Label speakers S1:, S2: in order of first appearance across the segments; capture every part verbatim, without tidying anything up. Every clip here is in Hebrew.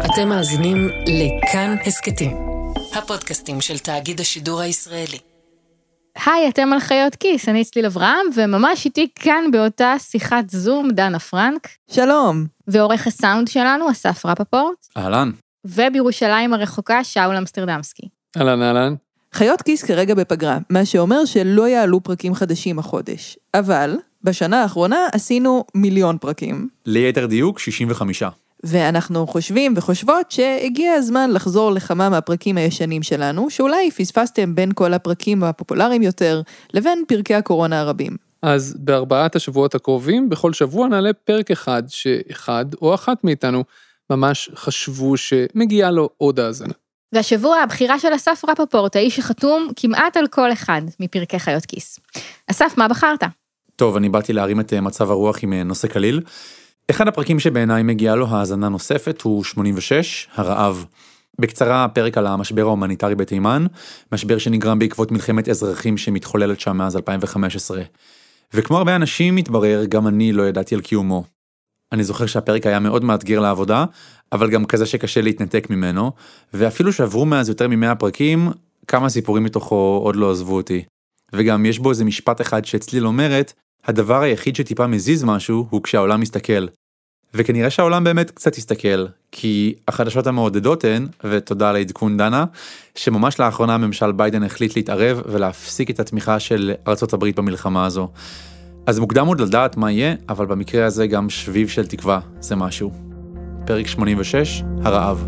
S1: אתם מאזינים לכאן הסקטים, הפודקאסטים של תאגיד השידור הישראלי.
S2: היי, אתם על חיות כיס, אני צליל אברהם, וממש איתי כאן באותה שיחת זום, דנה פרנק.
S3: שלום.
S2: ועורך הסאונד שלנו, אסף רפפורט.
S4: אהלן.
S2: ובירושלים הרחוקה, שאול אמסטרדמסקי.
S4: אהלן, אהלן.
S3: חיות כיס כרגע בפגרה, מה שאומר שלא יעלו פרקים חדשים החודש. אבל בשנה האחרונה עשינו מיליון פרקים.
S4: ליתר דיוק, שישים וחמישה.
S3: ואנחנו חושבים וחושבות שהגיע הזמן לחזור לכמה מהפרקים הישנים שלנו, שאולי פספסתם בין כל הפרקים הפופולריים יותר, לבין פרקי הקורונה הרבים.
S5: אז בארבעת השבועות הקרובים, בכל שבוע נעלה פרק אחד, שאחד או אחת מאיתנו ממש חשבו שמגיעה לו עוד האזנה.
S2: והשבוע הבחירה של אסף רפפורט, האיש שחתום כמעט על כל אחד מפרקי חיות כיס. אסף, מה בחרת?
S4: טוב, אני באתי להרים את מצב הרוח עם נושא כליל. אחד הפרקים שבעיניי מגיעה לו האזנה נוספת הוא שמונים ושש, הרעב. בקצרה, פרק על המשבר ההומניטרי בתימן, משבר שנגרם בעקבות מלחמת אזרחים שמתחוללת שם מאז אלפיים וחמש עשרה. וכמו הרבה אנשים מתברר, גם אני לא ידעתי על קיומו. אני זוכר שהפרק היה מאוד מאתגר לעבודה, אבל גם כזה שקשה להתנתק ממנו, ואפילו שעברו מאז יותר ממאה פרקים, כמה סיפורים מתוכו עוד לא עזבו אותי. וגם יש בו איזה משפט אחד שאצלי אומרת, הדבר היחיד שטיפה מזיז משהו הוא כשהעולם מסתכל. וכנראה שהעולם באמת קצת יסתכל, כי החדשות המעודדות הן, ותודה על העדכון דנה, שממש לאחרונה הממשל ביידן החליט להתערב ולהפסיק את התמיכה של ארצות הברית במלחמה הזו. אז מוקדם עוד לדעת מה יהיה, אבל במקרה הזה גם שביב של תקווה, זה משהו. פרק שמונים ושש, הרעב.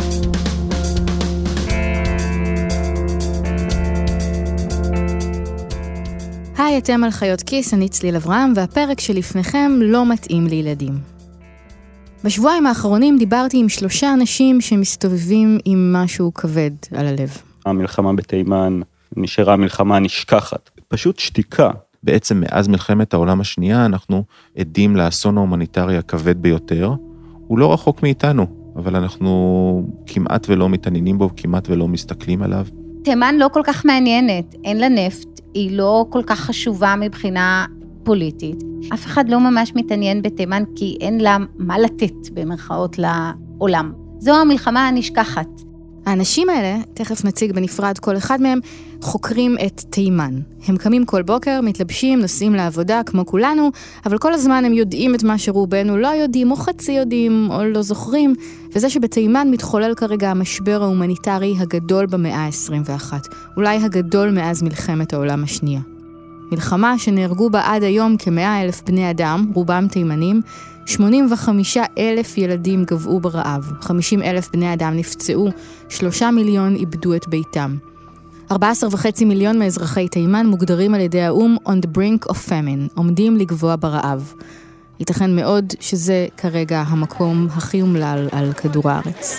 S2: היי, אתם על חיות כיס, אני צליל אברהם, והפרק שלפניכם לא מתאים לילדים. בשבועיים האחרונים דיברתי עם שלושה אנשים שמסתובבים עם משהו כבד על הלב.
S6: המלחמה בתימן נשארה מלחמה נשכחת, פשוט שתיקה.
S7: בעצם מאז מלחמת העולם השנייה אנחנו עדים לאסון ההומניטרי הכבד ביותר. הוא לא רחוק מאיתנו, אבל אנחנו כמעט ולא מתעניינים בו, כמעט ולא מסתכלים עליו.
S8: תימן לא כל כך מעניינת, אין לה נפט, היא לא כל כך חשובה מבחינה פוליטית. אף אחד לא ממש מתעניין בתימן, כי אין לה מה לתת במרכאות לעולם. זו המלחמה הנשכחת.
S2: האנשים האלה, תכף נציג בנפרד כל אחד מהם, חוקרים את תימן. הם קמים כל בוקר, מתלבשים, נוסעים לעבודה כמו כולנו, אבל כל הזמן הם יודעים את מה שרובנו לא יודעים, או חצי יודעים, או לא זוכרים, וזה שבתימן מתחולל כרגע המשבר ההומניטרי הגדול במאה ה-עשרים ואחת, אולי הגדול מאז מלחמת העולם השנייה. מלחמה שנהרגו בה עד היום כמאה אלף בני אדם, רובם תימנים, שמונים וחמישה אלף ילדים גבעו ברעב, חמישים אלף בני אדם נפצעו, שלושה מיליון איבדו את ביתם. ארבעה עשר וחצי מיליון מאזרחי תימן מוגדרים על ידי האום on the brink of famine, עומדים לגבוע ברעב. ייתכן מאוד שזה כרגע המקום הכי אומלל על כדור הארץ.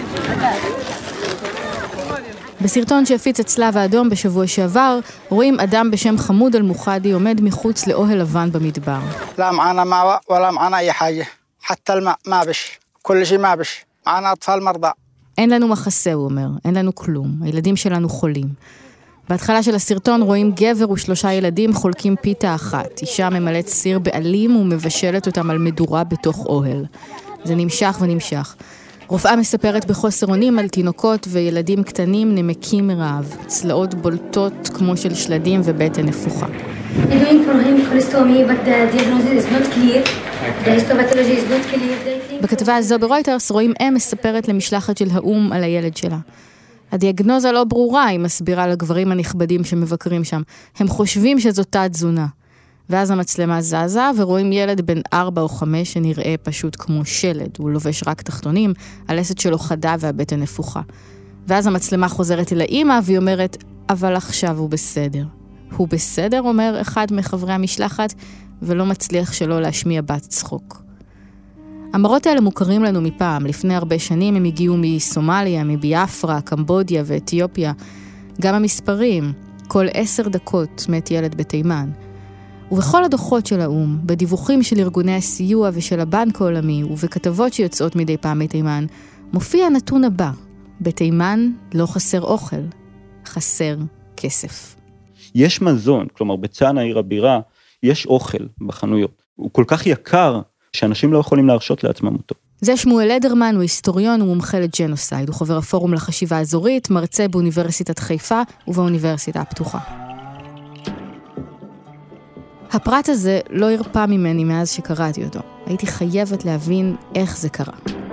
S2: בסרטון שהפיץ את צלב האדום בשבוע שעבר, רואים אדם בשם חמוד אל-מוחדי עומד מחוץ לאוהל לבן במדבר.
S9: לא מענה מאווה ולא מענה אי חאג'ה. חתא אל-מא' מאבש. כל שי מאבש. מענה אטפל מרדע.
S2: אין לנו מחסה, הוא אומר. אין לנו כלום. הילדים שלנו חולים. בהתחלה של הסרטון רואים גבר ושלושה ילדים חולקים פיתה אחת. אישה ממלאת סיר בעלים ומבשלת אותם על מדורה בתוך אוהל. זה נמשך ונמשך. רופאה מספרת בחוסר אונים על תינוקות וילדים קטנים נמקים מרעב, צלעות בולטות כמו של שלדים ובטן נפוחה. בכתבה הזו ברויטרס רואים אם מספרת למשלחת של האום על הילד שלה. הדיאגנוזה לא ברורה, היא מסבירה לגברים הנכבדים שמבקרים שם. הם חושבים שזו תת תזונה. ואז המצלמה זזה, ורואים ילד בן ארבע או חמש שנראה פשוט כמו שלד. הוא לובש רק תחתונים, הלסת שלו חדה והבטן נפוחה. ואז המצלמה חוזרת אל האמא, והיא אומרת, אבל עכשיו הוא בסדר. הוא בסדר, אומר אחד מחברי המשלחת, ולא מצליח שלא להשמיע בת צחוק. המראות האלה מוכרים לנו מפעם. לפני הרבה שנים הם הגיעו מסומליה, מביאפרה, קמבודיה ואתיופיה. גם המספרים, כל עשר דקות מת ילד בתימן. ובכל הדוחות של האום, בדיווחים של ארגוני הסיוע ושל הבנק העולמי, ובכתבות שיוצאות מדי פעם מתימן, מופיע הנתון הבא. בתימן לא חסר אוכל, חסר כסף.
S6: יש מזון, כלומר בצאנה עיר הבירה, יש אוכל בחנויות. הוא כל כך יקר, שאנשים לא יכולים להרשות לעצמם אותו.
S2: זה שמואל לדרמן, הוא היסטוריון ומומחה לג'נוסייד, הוא חבר הפורום לחשיבה האזורית, מרצה באוניברסיטת חיפה ובאוניברסיטה הפתוחה. הפרט הזה לא הרפא ממני מאז שקראתי אותו. הייתי חייבת להבין איך זה קרה.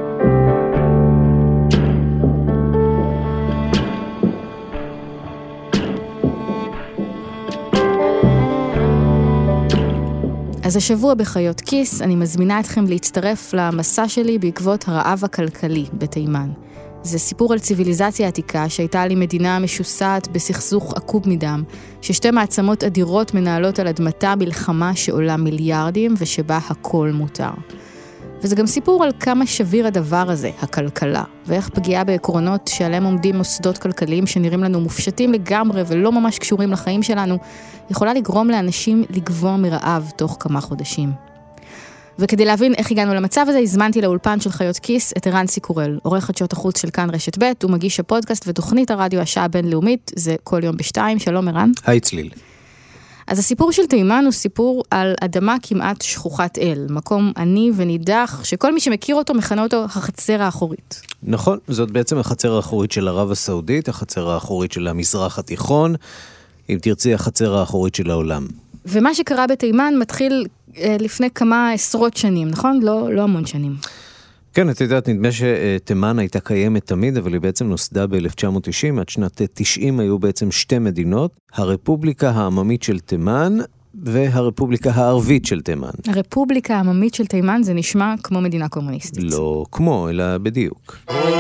S2: אז השבוע בחיות כיס אני מזמינה אתכם להצטרף למסע שלי בעקבות הרעב הכלכלי בתימן. זה סיפור על ציוויליזציה עתיקה שהייתה לי מדינה משוסעת בסכסוך עקוב מדם, ששתי מעצמות אדירות מנהלות על אדמתה מלחמה שעולה מיליארדים ושבה הכל מותר. וזה גם סיפור על כמה שביר הדבר הזה, הכלכלה, ואיך פגיעה בעקרונות שעליהם עומדים מוסדות כלכליים שנראים לנו מופשטים לגמרי ולא ממש קשורים לחיים שלנו, יכולה לגרום לאנשים לגבוע מרעב תוך כמה חודשים. וכדי להבין איך הגענו למצב הזה, הזמנתי לאולפן של חיות כיס את ערן סיקורל, עורך חדשות החוץ של כאן רשת ב' ומגיש הפודקאסט ותוכנית הרדיו השעה הבינלאומית, זה כל יום בשתיים. שלום ערן.
S10: היי צליל.
S2: אז הסיפור של תימן הוא סיפור על אדמה כמעט שכוחת אל, מקום עני ונידח, שכל מי שמכיר אותו מכנה אותו החצר האחורית.
S10: נכון, זאת בעצם החצר האחורית של ערב הסעודית, החצר האחורית של המזרח התיכון, אם תרצי החצר האחורית של העולם.
S2: ומה שקרה בתימן מתחיל אה, לפני כמה עשרות שנים, נכון? לא, לא המון שנים.
S10: כן, את יודעת, נדמה שתימן הייתה קיימת תמיד, אבל היא בעצם נוסדה ב-אלף תשע מאות תשעים, עד שנת תשעים היו בעצם שתי מדינות, הרפובליקה העממית של תימן, והרפובליקה הערבית של תימן.
S2: הרפובליקה העממית של תימן זה נשמע כמו מדינה קומוניסטית.
S10: לא כמו, אלא בדיוק.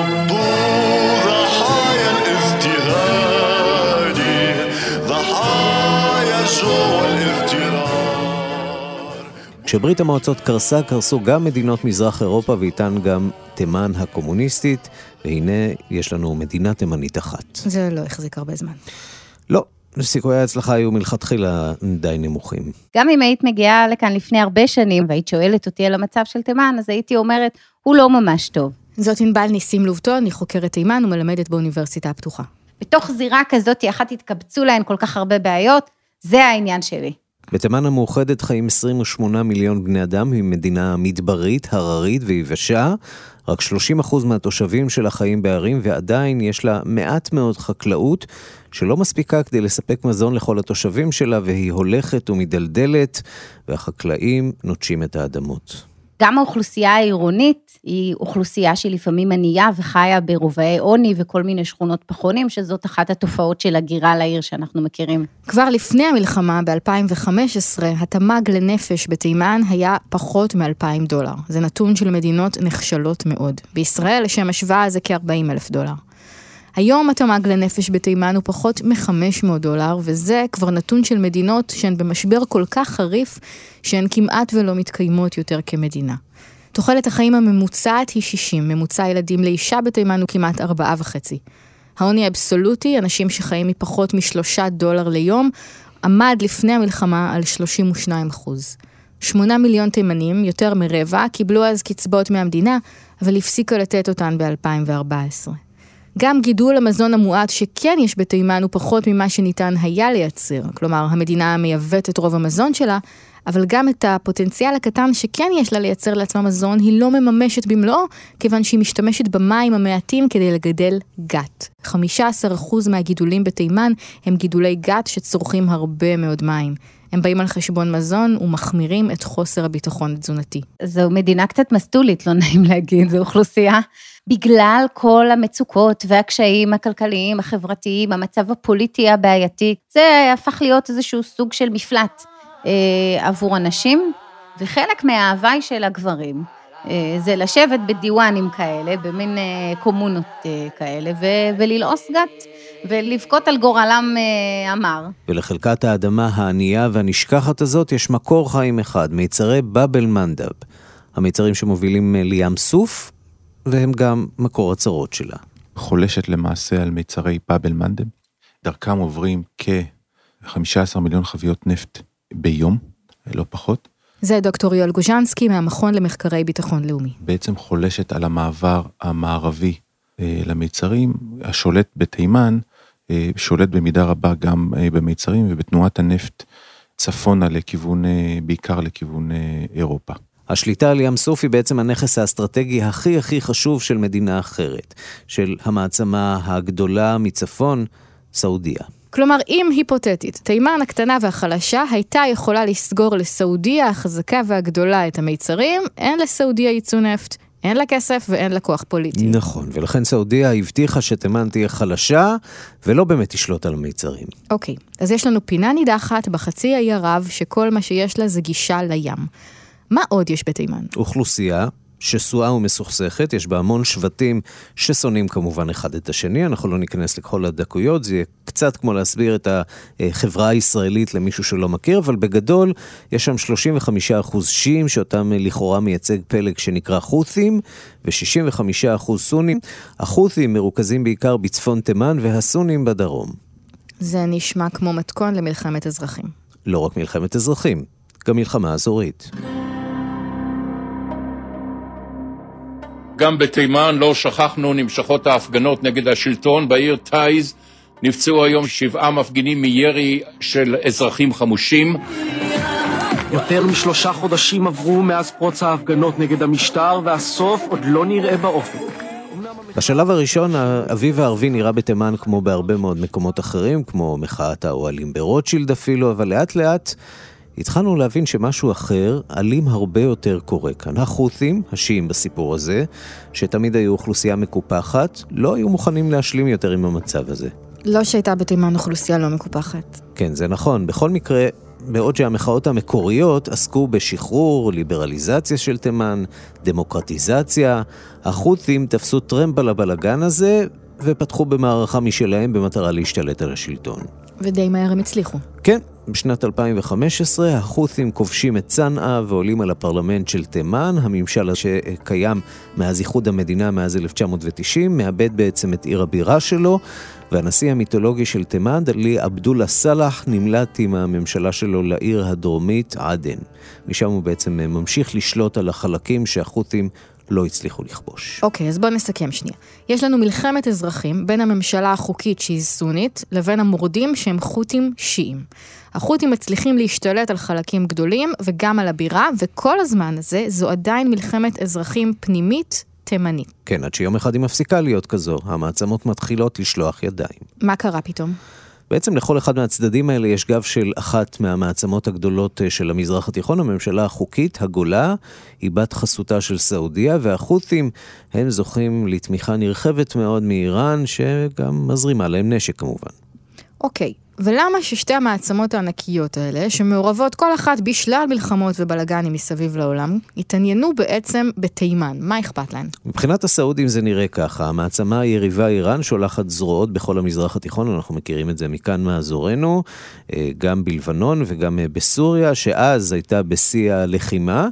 S10: כשברית המועצות קרסה, קרסו גם מדינות מזרח אירופה ואיתן גם תימן הקומוניסטית, והנה יש לנו מדינה תימנית אחת.
S2: זה לא החזיק הרבה זמן.
S10: לא, סיכויי ההצלחה היו מלכתחילה די נמוכים.
S8: גם אם היית מגיעה לכאן לפני הרבה שנים, והיית שואלת אותי על המצב של תימן, אז הייתי אומרת, הוא לא ממש טוב.
S2: זאת ענבל ניסים לובטון, אני חוקרת תימן ומלמדת באוניברסיטה הפתוחה.
S8: בתוך זירה כזאת, אחת התקבצו להן כל כך הרבה בעיות, זה העניין שלי.
S10: בתימן המאוחדת חיים עשרים ושמונה מיליון בני אדם, היא מדינה מדברית, הררית ויבשה, רק שלושים אחוז מהתושבים שלה חיים בערים, ועדיין יש לה מעט מאוד חקלאות, שלא מספיקה כדי לספק מזון לכל התושבים שלה, והיא הולכת ומדלדלת, והחקלאים נוטשים את האדמות.
S8: גם האוכלוסייה העירונית היא אוכלוסייה שלפעמים ענייה וחיה ברובעי עוני וכל מיני שכונות פחונים, שזאת אחת התופעות של הגירה לעיר שאנחנו מכירים.
S2: כבר לפני המלחמה, ב-אלפיים וחמש עשרה, התמ"ג לנפש בתימן היה פחות מ-אלפיים דולר. זה נתון של מדינות נחשלות מאוד. בישראל, לשם השוואה, זה כ-ארבעים אלף דולר. היום התמ"ג לנפש בתימן הוא פחות מ-חמש מאות דולר, וזה כבר נתון של מדינות שהן במשבר כל כך חריף, שהן כמעט ולא מתקיימות יותר כמדינה. תוחלת החיים הממוצעת היא שישים, ממוצע ילדים לאישה בתימן הוא כמעט ארבעה וחצי. העוני האבסולוטי, אנשים שחיים מפחות משלושה דולר ליום, עמד לפני המלחמה על שלושים ושניים אחוז. שמונה מיליון תימנים, יותר מרבע, קיבלו אז קצבאות מהמדינה, אבל הפסיקה לתת אותן ב-אלפיים וארבע עשרה. גם גידול המזון המועט שכן יש בתימן הוא פחות ממה שניתן היה לייצר. כלומר, המדינה מייבאת את רוב המזון שלה, אבל גם את הפוטנציאל הקטן שכן יש לה לייצר לעצמה מזון, היא לא מממשת במלואו, כיוון שהיא משתמשת במים המעטים כדי לגדל גת. חמישה עשר אחוז מהגידולים בתימן הם גידולי גת שצורכים הרבה מאוד מים. הם באים על חשבון מזון ומחמירים את חוסר הביטחון התזונתי.
S8: זו מדינה קצת מסטולית, לא נעים להגיד, זו אוכלוסייה. בגלל כל המצוקות והקשיים הכלכליים, החברתיים, המצב הפוליטי הבעייתי, זה הפך להיות איזשהו סוג של מפלט אה, עבור אנשים, וחלק מההוואי של הגברים, אה, זה לשבת בדיוואנים כאלה, במין אה, קומונות אה, כאלה, ו- וללעוס גת, ולבכות על גורלם אה, אמר.
S10: ולחלקת האדמה הענייה והנשכחת הזאת יש מקור חיים אחד, מיצרי באבל מנדב, המיצרים שמובילים לים סוף, והם גם מקור הצרות שלה.
S7: חולשת למעשה על מיצרי באבל מנדב. דרכם עוברים כ-חמישה עשר מיליון חביות נפט ביום, לא פחות.
S2: זה דוקטור יואל גוז'נסקי מהמכון למחקרי ביטחון לאומי.
S7: בעצם חולשת על המעבר המערבי אה, למיצרים. השולט בתימן אה, שולט במידה רבה גם אה, במיצרים ובתנועת הנפט צפונה לכיוון, אה, בעיקר לכיוון אה, אירופה.
S10: השליטה על ים סוף היא בעצם הנכס האסטרטגי הכי הכי חשוב של מדינה אחרת, של המעצמה הגדולה מצפון, סעודיה.
S2: כלומר, אם היפותטית, תימן הקטנה והחלשה הייתה יכולה לסגור לסעודיה החזקה והגדולה את המיצרים, אין לסעודיה ייצוא נפט, אין לה כסף ואין לה כוח פוליטי.
S10: נכון, ולכן סעודיה הבטיחה שתימן תהיה חלשה, ולא באמת תשלוט על המיצרים.
S2: אוקיי, אז יש לנו פינה נידחת בחצי האי ערב, שכל מה שיש לה זה גישה לים. מה עוד יש בתימן?
S10: אוכלוסייה שסועה ומסוכסכת, יש בה המון שבטים ששונאים כמובן אחד את השני, אנחנו לא ניכנס לכל הדקויות, זה יהיה קצת כמו להסביר את החברה הישראלית למישהו שלא מכיר, אבל בגדול יש שם שלושים וחמישה אחוז שיעים, שאותם לכאורה מייצג פלג שנקרא חות'ים, ו-שישים וחמישה אחוז סונים. החות'ים מרוכזים בעיקר בצפון תימן, והסונים בדרום.
S2: זה נשמע כמו מתכון למלחמת אזרחים.
S10: לא רק מלחמת אזרחים, גם מלחמה אזורית.
S11: גם בתימן לא שכחנו נמשכות ההפגנות נגד השלטון. בעיר טייז נפצעו היום שבעה מפגינים מירי של אזרחים חמושים.
S12: יותר משלושה חודשים עברו מאז פרוץ ההפגנות נגד המשטר, והסוף עוד לא נראה באופק.
S10: בשלב הראשון, האביב הערבי נראה בתימן כמו בהרבה מאוד מקומות אחרים, כמו מחאת האוהלים ברוטשילד אפילו, אבל לאט לאט התחלנו להבין שמשהו אחר, אלים הרבה יותר קורה כאן. החות'ים, השיעים בסיפור הזה, שתמיד היו אוכלוסייה מקופחת, לא היו מוכנים להשלים יותר עם המצב הזה.
S2: לא שהייתה בתימן אוכלוסייה לא מקופחת.
S10: כן, זה נכון. בכל מקרה, בעוד שהמחאות המקוריות עסקו בשחרור, ליברליזציה של תימן, דמוקרטיזציה, החות'ים תפסו טרמפ על הבלגן הזה, ופתחו במערכה משלהם במטרה להשתלט על השלטון.
S2: ודי מהר הם הצליחו.
S10: כן, בשנת אלפיים וחמש עשרה החות'ים כובשים את צנעה ועולים על הפרלמנט של תימן, הממשל שקיים מאז איחוד המדינה מאז אלף תשע מאות ותשעים, מאבד בעצם את עיר הבירה שלו, והנשיא המיתולוגי של תימן, דלי עבדולה סלאח, נמלט עם הממשלה שלו לעיר הדרומית עדן. משם הוא בעצם ממשיך לשלוט על החלקים שהחות'ים לא הצליחו לכבוש.
S2: אוקיי, אז בואו נסכם שנייה. יש לנו מלחמת אזרחים בין הממשלה החוקית שהיא סונית, לבין המורדים שהם חות'ים שיעים. החות'ים מצליחים להשתלט על חלקים גדולים וגם על הבירה, וכל הזמן הזה זו עדיין מלחמת אזרחים פנימית תימנית.
S10: כן, עד שיום אחד היא מפסיקה להיות כזו, המעצמות מתחילות לשלוח ידיים.
S2: מה קרה פתאום?
S10: בעצם לכל אחד מהצדדים האלה יש גב של אחת מהמעצמות הגדולות של המזרח התיכון, הממשלה החוקית, הגולה, היא בת חסותה של סעודיה, והחות'ים הם זוכים לתמיכה נרחבת מאוד מאיראן, שגם מזרימה להם נשק כמובן.
S2: אוקיי, ולמה ששתי המעצמות הענקיות האלה, שמעורבות כל אחת בשלל מלחמות ובלגנים מסביב לעולם, התעניינו בעצם בתימן? מה אכפת להן?
S10: מבחינת הסעודים זה נראה ככה, המעצמה היריבה איראן שולחת זרועות בכל המזרח התיכון, אנחנו מכירים את זה מכאן מאזורנו, גם בלבנון וגם בסוריה, שאז הייתה בשיא הלחימה,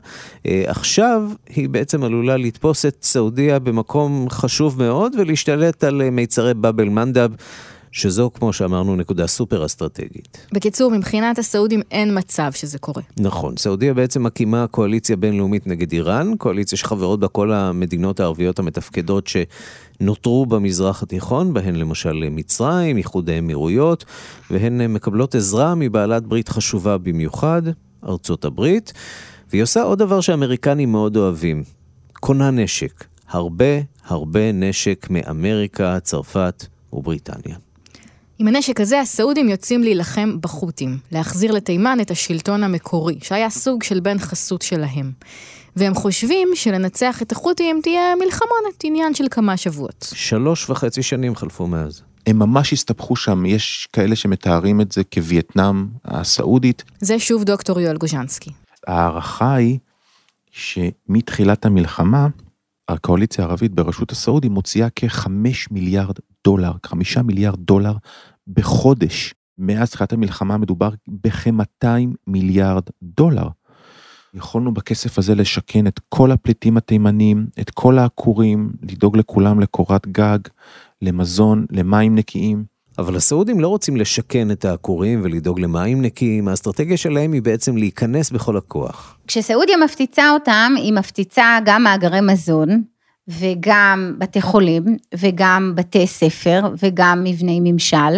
S10: עכשיו היא בעצם עלולה לתפוס את סעודיה במקום חשוב מאוד, ולהשתלט על מיצרי באבל מנדב, שזו, כמו שאמרנו, נקודה סופר אסטרטגית.
S2: בקיצור, מבחינת הסעודים אין מצב שזה קורה.
S10: נכון, סעודיה בעצם מקימה קואליציה בינלאומית נגד איראן, קואליציה שחברות בה כל המדינות הערביות המתפקדות שנותרו במזרח התיכון, בהן למשל מצרים, איחוד האמירויות, והן מקבלות עזרה מבעלת ברית חשובה במיוחד, ארצות הברית, והיא עושה עוד דבר שאמריקנים מאוד אוהבים, קונה נשק, הרבה הרבה נשק מאמריקה, צרפת ובריטניה.
S2: עם הנשק הזה, הסעודים יוצאים להילחם בחות'ים, להחזיר לתימן את השלטון המקורי, שהיה סוג של בן חסות שלהם. והם חושבים שלנצח את החות'ים תהיה מלחמונת, עניין של כמה שבועות.
S10: שלוש וחצי שנים חלפו מאז.
S7: הם ממש הסתבכו שם, יש כאלה שמתארים את זה כווייטנאם הסעודית.
S2: זה שוב דוקטור יואל גוז'נסקי.
S7: הערכה היא שמתחילת המלחמה, הקואליציה הערבית בראשות הסעודים מוציאה כחמש מיליארד דולר, חמישה מיליארד דולר בחודש. מאז תחילת המלחמה מדובר בכ-מאתיים מיליארד דולר. יכולנו בכסף הזה לשכן את כל הפליטים התימנים, את כל העקורים, לדאוג לכולם לקורת גג, למזון, למים נקיים.
S10: אבל הסעודים לא רוצים לשכן את העקורים ולדאוג למים נקיים, האסטרטגיה שלהם היא בעצם להיכנס בכל הכוח.
S8: כשסעודיה מפתיצה אותם, היא מפתיצה גם מאגרי מזון, וגם בתי חולים, וגם בתי ספר, וגם מבני ממשל.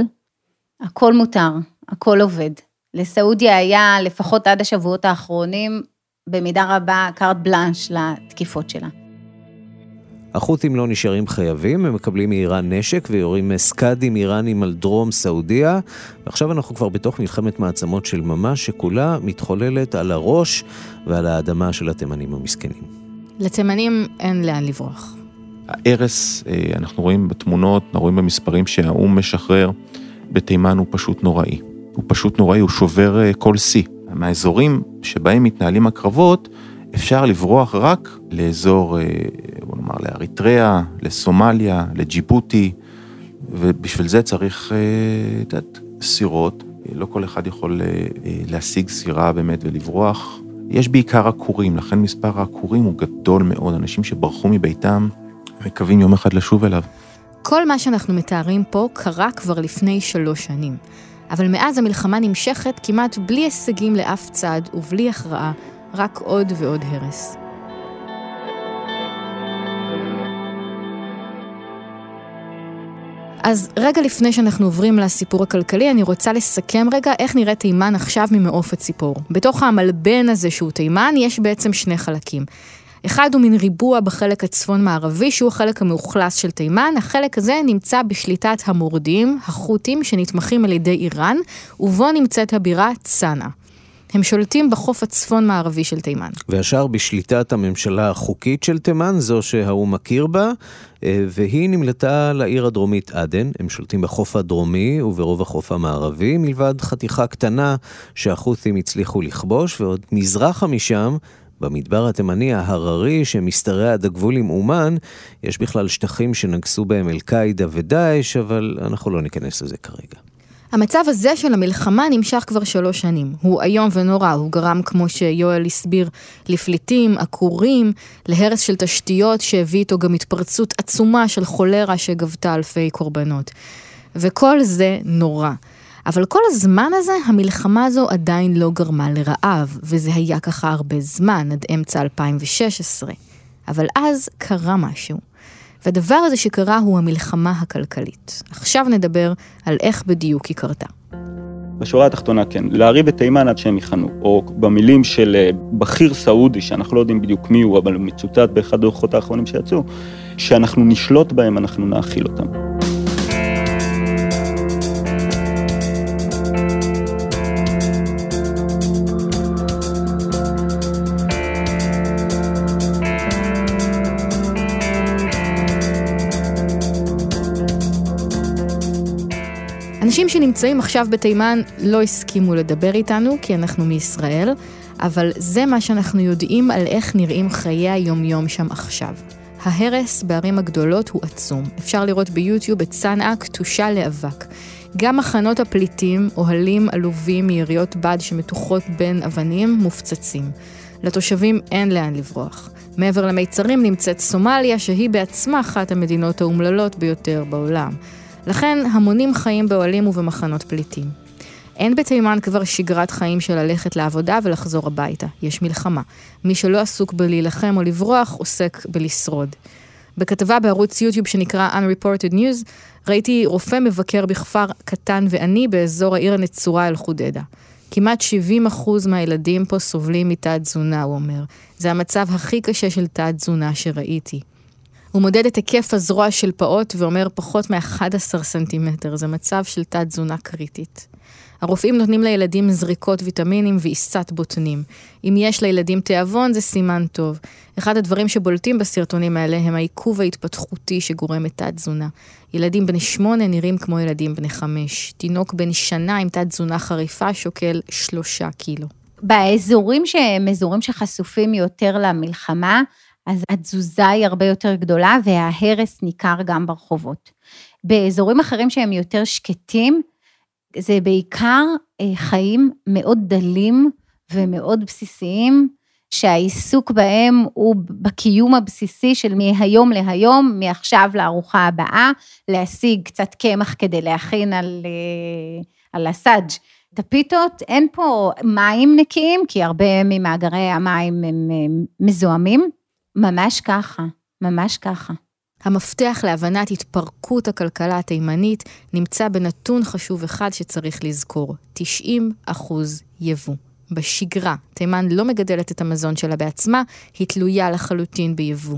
S8: הכל מותר, הכל עובד. לסעודיה היה לפחות עד השבועות האחרונים במידה רבה קארט בלנש לתקיפות שלה.
S10: החות'ים לא נשארים חייבים, הם מקבלים מאיראן נשק ויורים סקאדים איראנים על דרום סעודיה, ועכשיו אנחנו כבר בתוך מלחמת מעצמות של ממש, שכולה מתחוללת על הראש ועל האדמה של התימנים המסכנים.
S2: לתימנים אין לאן לברוח.
S7: ההרס, אנחנו רואים בתמונות, אנחנו רואים במספרים שהאום משחרר, בתימן הוא פשוט נוראי. הוא פשוט נוראי, הוא שובר כל שיא. מהאזורים שבהם מתנהלים הקרבות, אפשר לברוח רק לאזור, בוא נאמר, לאריתריאה, לסומליה, לג'יבוטי, ובשביל זה צריך את סירות. לא כל אחד יכול להשיג סירה באמת ולברוח. יש בעיקר עקורים, לכן מספר העקורים הוא גדול מאוד. אנשים שברחו מביתם מקווים יום אחד לשוב אליו.
S2: כל מה שאנחנו מתארים פה קרה כבר לפני שלוש שנים. אבל מאז המלחמה נמשכת כמעט בלי הישגים לאף צד ובלי הכרעה, רק עוד ועוד הרס. אז רגע לפני שאנחנו עוברים לסיפור הכלכלי, אני רוצה לסכם רגע איך נראית תימן עכשיו ממעוף הציפור. בתוך המלבן הזה שהוא תימן, יש בעצם שני חלקים. אחד הוא מין ריבוע בחלק הצפון מערבי, שהוא החלק המאוכלס של תימן. החלק הזה נמצא בשליטת המורדים, החות'ים שנתמכים על ידי איראן, ובו נמצאת הבירה צנעא. הם שולטים בחוף הצפון מערבי של תימן.
S10: והשאר בשליטת הממשלה החוקית של תימן, זו שהאום מכיר בה, והיא נמלטה לעיר הדרומית עדן. הם שולטים בחוף הדרומי וברוב החוף המערבי, מלבד חתיכה קטנה שהחות'ים הצליחו לכבוש, ועוד מזרחה משם, במדבר התימני ההררי שמסתרע עד הגבול עם אומן, יש בכלל שטחים שנגסו בהם אל-קאידה ודאעש, אבל אנחנו לא ניכנס לזה כרגע.
S2: המצב הזה של המלחמה נמשך כבר שלוש שנים. הוא היום ונורא, הוא גרם, כמו שיואל הסביר, לפליטים, עקורים, להרס של תשתיות שהביא איתו גם התפרצות עצומה של חולרה שגבתה אלפי קורבנות. וכל זה נורא. אבל כל הזמן הזה, המלחמה הזו עדיין לא גרמה לרעב, וזה היה ככה הרבה זמן, עד אמצע אלפיים ושש עשרה. אבל אז קרה משהו. והדבר הזה שקרה הוא המלחמה הכלכלית. עכשיו נדבר על איך בדיוק היא קרתה.
S6: בשורה התחתונה כן, להריב את תימן עד שהם יכנו, או במילים של בכיר סעודי, שאנחנו לא יודעים בדיוק מי הוא, אבל מצוטט באחד הדוחות האחרונים שיצאו, שאנחנו נשלוט בהם, אנחנו נאכיל אותם.
S2: אנשים שנמצאים עכשיו בתימן לא הסכימו לדבר איתנו, כי אנחנו מישראל, אבל זה מה שאנחנו יודעים על איך נראים חיי היום-יום שם עכשיו. ההרס בערים הגדולות הוא עצום. אפשר לראות ביוטיוב את צנעא כתושה לאבק. גם מחנות הפליטים, אוהלים עלובים מיריות בד שמתוחות בין אבנים, מופצצים. לתושבים אין לאן לברוח. מעבר למיצרים נמצאת סומליה, שהיא בעצמה אחת המדינות האומללות ביותר בעולם. לכן המונים חיים באוהלים ובמחנות פליטים. אין בתימן כבר שגרת חיים של ללכת לעבודה ולחזור הביתה. יש מלחמה. מי שלא עסוק בלהילחם או לברוח, עוסק בלשרוד. בכתבה בערוץ יוטיוב שנקרא Unreported News, ראיתי רופא מבקר בכפר קטן ועני באזור העיר הנצורה אל-חודדה. כמעט שבעים אחוז מהילדים פה סובלים מתת תזונה, הוא אומר. זה המצב הכי קשה של תת תזונה שראיתי. הוא מודד את היקף הזרוע של פעוט ואומר פחות מ-אחד עשר סנטימטר. זה מצב של תת תזונה קריטית. הרופאים נותנים לילדים זריקות ויטמינים ועיסת בוטנים. אם יש לילדים תיאבון, זה סימן טוב. אחד הדברים שבולטים בסרטונים האלה הם העיכוב ההתפתחותי שגורם את תת תזונה. ילדים בני שמונה נראים כמו ילדים בני חמש. תינוק בן שנה עם תת תזונה חריפה שוקל שלושה קילו.
S8: באזורים שהם אזורים שחשופים יותר למלחמה, אז התזוזה היא הרבה יותר גדולה, וההרס ניכר גם ברחובות. באזורים אחרים שהם יותר שקטים, זה בעיקר חיים מאוד דלים ומאוד בסיסיים, שהעיסוק בהם הוא בקיום הבסיסי של מהיום להיום, מעכשיו לארוחה הבאה, להשיג קצת קמח כדי להכין על, על הסאג' את הפיתות. אין פה מים נקיים, כי הרבה ממאגרי המים הם מזוהמים. ממש ככה, ממש ככה.
S2: המפתח להבנת התפרקות הכלכלה התימנית נמצא בנתון חשוב אחד שצריך לזכור, תשעים אחוז יבוא. בשגרה. תימן לא מגדלת את המזון שלה בעצמה, היא תלויה לחלוטין ביבוא.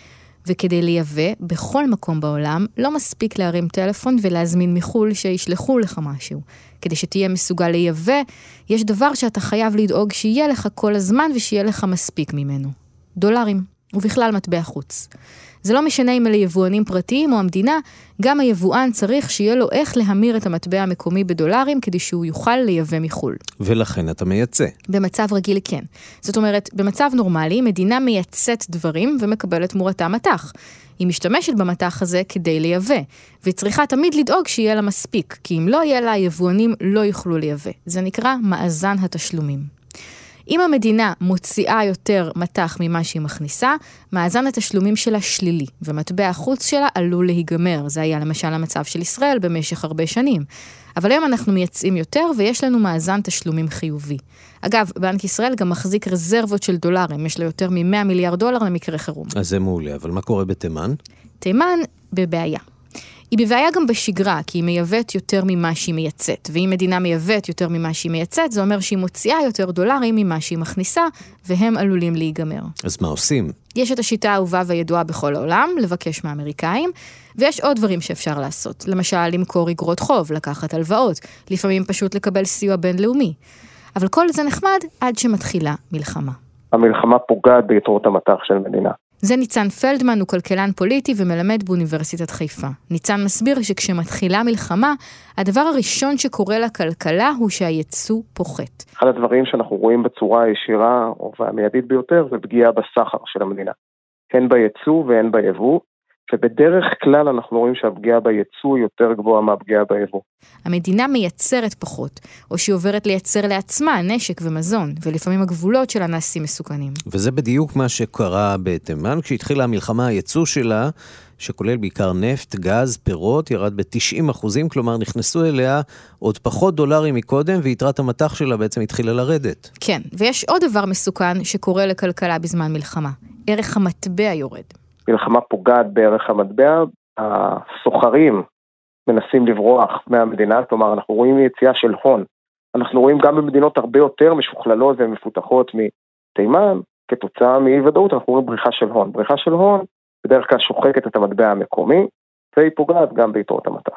S2: וכדי לייבא, בכל מקום בעולם, לא מספיק להרים טלפון ולהזמין מחול שישלחו לך משהו. כדי שתהיה מסוגל לייבא, יש דבר שאתה חייב לדאוג שיהיה לך כל הזמן ושיהיה לך מספיק ממנו. דולרים, ובכלל מטבע חוץ. זה לא משנה אם אלה יבואנים פרטיים או המדינה, גם היבואן צריך שיהיה לו איך להמיר את המטבע המקומי בדולרים, כדי שהוא יוכל לייבא מחול.
S10: ולכן אתה מייצא.
S2: במצב רגיל כן. זאת אומרת, במצב נורמלי, מדינה מייצאת דברים ומקבלת תמורתה מתח. היא משתמשת במתח הזה כדי לייבא, וצריכה תמיד לדאוג שיהיה לה מספיק, כי אם לא יהיה לה, היבואנים לא יוכלו לייבא. זה נקרא מאזן התשלומים. אם המדינה מוציאה יותר מתח ממה שהיא מכניסה, מאזן התשלומים שלה שלילי, ומטבע החוץ שלה עלול להיגמר. זה היה למשל המצב של ישראל במשך הרבה שנים. אבל היום אנחנו מייצאים יותר, ויש לנו מאזן תשלומים חיובי. אגב, בנק ישראל גם מחזיק רזרבות של דולרים, יש לו יותר מ-מאה מיליארד דולר למקרה חירום.
S10: אז זה מעולה, אבל מה קורה בתימן?
S2: תימן בבעיה. היא בבעיה גם בשגרה, כי היא מייבאת יותר ממה שהיא מייצאת, ואם מדינה מייבאת יותר ממה שהיא מייצאת, זה אומר שהיא מוציאה יותר דולרים ממה שהיא מכניסה, והם עלולים להיגמר.
S10: אז מה עושים?
S2: יש את השיטה האהובה והידועה בכל העולם, לבקש מהאמריקאים, ויש עוד דברים שאפשר לעשות, למשל למכור אגרות חוב, לקחת הלוואות, לפעמים פשוט לקבל סיוע בינלאומי. אבל כל זה נחמד עד שמתחילה מלחמה.
S13: המלחמה פוגעת ביתרות המטח של מדינה.
S2: זה ניצן פלדמן, הוא כלכלן פוליטי ומלמד באוניברסיטת חיפה. ניצן מסביר שכשמתחילה מלחמה, הדבר הראשון שקורה לכלכלה הוא שהייצוא פוחת.
S13: אחד הדברים שאנחנו רואים בצורה הישירה או המיידית ביותר זה פגיעה בסחר של המדינה. הן בייצוא והן ביבוא, ובדרך כלל אנחנו רואים שהפגיעה בייצוא יותר גבוהה מהפגיעה ביבוא.
S2: המדינה מייצרת פחות, או שהיא עוברת לייצר לעצמה נשק ומזון, ולפעמים הגבולות שלה נעשים מסוכנים.
S10: וזה בדיוק מה שקרה בתימן, כשהתחילה המלחמה, הייצוא שלה, שכולל בעיקר נפט, גז, פירות, ירד ב-תשעים אחוזים, כלומר נכנסו אליה עוד פחות דולרים מקודם, ויתרת המטח שלה בעצם התחילה לרדת.
S2: כן, ויש עוד דבר מסוכן שקורה לכלכלה בזמן מלחמה. ערך המטבע יורד.
S13: מלחמה פוגעת בערך המטבע, הסוחרים מנסים לברוח מהמדינה, כלומר אנחנו רואים יציאה של הון. אנחנו רואים גם במדינות הרבה יותר משוכללות ומפותחות מתימן, כתוצאה מאי-ודאות אנחנו רואים בריחה של הון. בריחה של הון בדרך כלל שוחקת את המטבע המקומי, והיא פוגעת גם ביתרות המטח.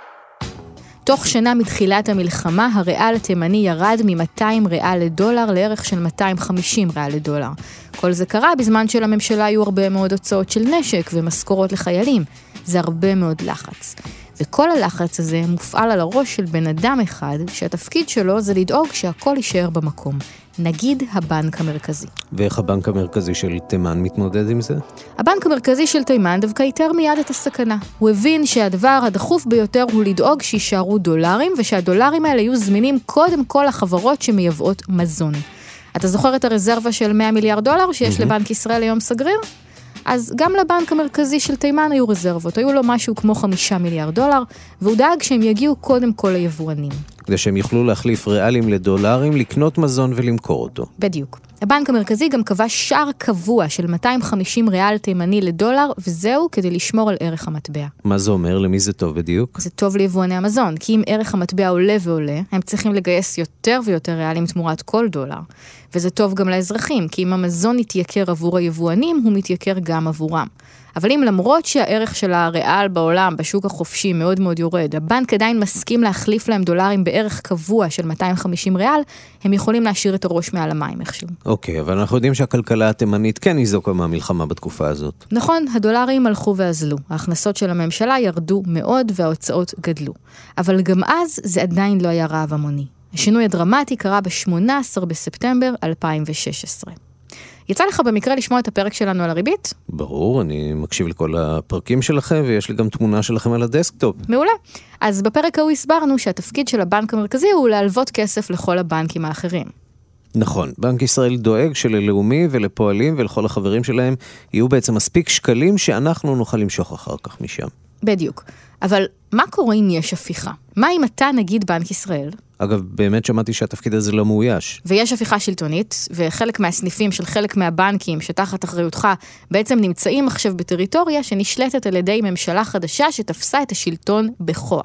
S2: תוך שנה מתחילת המלחמה, הריאל התימני ירד מ-מאתיים ריאל לדולר לערך של מאתיים וחמישים ריאל לדולר. כל זה קרה בזמן שלממשלה היו הרבה מאוד הוצאות של נשק ומשכורות לחיילים. זה הרבה מאוד לחץ. וכל הלחץ הזה מופעל על הראש של בן אדם אחד, שהתפקיד שלו זה לדאוג שהכל יישאר במקום. נגיד הבנק המרכזי.
S10: ואיך הבנק המרכזי של תימן מתמודד עם זה?
S2: הבנק המרכזי של תימן דווקא איתר מיד את הסכנה. הוא הבין שהדבר הדחוף ביותר הוא לדאוג שישארו דולרים, ושהדולרים האלה יהיו זמינים קודם כל לחברות שמייבאות מזון. אתה זוכר את הרזרבה של מאה מיליארד דולר שיש לבנק ישראל היום סגריר? אז גם לבנק המרכזי של תימן היו רזרבות, היו לו משהו כמו חמישה מיליארד דולר, והוא דאג שהם יגיעו קודם כל ליבואנים.
S10: כדי שהם יוכלו להחליף ריאלים לדולרים, לקנות מזון ולמכור אותו.
S2: בדיוק. הבנק המרכזי גם קבע שער קבוע של מאתיים וחמישים ריאל תימני לדולר, וזהו כדי לשמור על ערך המטבע.
S10: מה זה אומר? למי זה טוב בדיוק?
S2: זה טוב ליבואני המזון, כי אם ערך המטבע עולה ועולה, הם צריכים לגייס יותר ויותר ריאלים תמורת כל דולר. וזה טוב גם לאזרחים, כי אם המזון יתייקר עבור היבואנים, הוא מתייקר גם עבורם. אבל אם למרות שהערך של הריאל בעולם, בשוק החופשי מאוד מאוד יורד, הבנק עדיין מסכים להחליף להם דולרים בערך קבוע של מאתיים וחמישים ריאל, הם יכולים להשאיר את הראש מעל המים איכשהו.
S10: אוקיי, אבל אנחנו יודעים שהכלכלה התימנית כן ניזוקה מהמלחמה בתקופה הזאת.
S2: נכון, הדולרים הלכו ואזלו. ההכנסות של הממשלה ירדו מאוד וההוצאות גדלו. אבל גם אז זה עדיין לא היה רעב המוני. השינוי הדרמטי קרה ב-שמונה עשר בספטמבר אלפיים ושש עשרה. יצא לך במקרה לשמוע את הפרק שלנו על הריבית?
S10: ברור, אני מקשיב לכל הפרקים שלכם, ויש לי גם תמונה שלכם על הדסקטופ.
S2: מעולה. אז בפרק ההוא הסברנו שהתפקיד של הבנק המרכזי הוא להלוות כסף לכל הבנקים האחרים.
S10: נכון, בנק ישראל דואג שללאומי ולפועלים ולכל החברים שלהם יהיו בעצם מספיק שקלים שאנחנו נוכל למשוך אחר כך משם.
S2: בדיוק. אבל מה קורה אם יש הפיכה? מה אם אתה נגיד בנק ישראל?
S10: אגב, באמת שמעתי שהתפקיד הזה לא מאויש.
S2: ויש הפיכה שלטונית, וחלק מהסניפים של חלק מהבנקים שתחת אחריותך בעצם נמצאים עכשיו בטריטוריה שנשלטת על ידי ממשלה חדשה שתפסה את השלטון בכוח.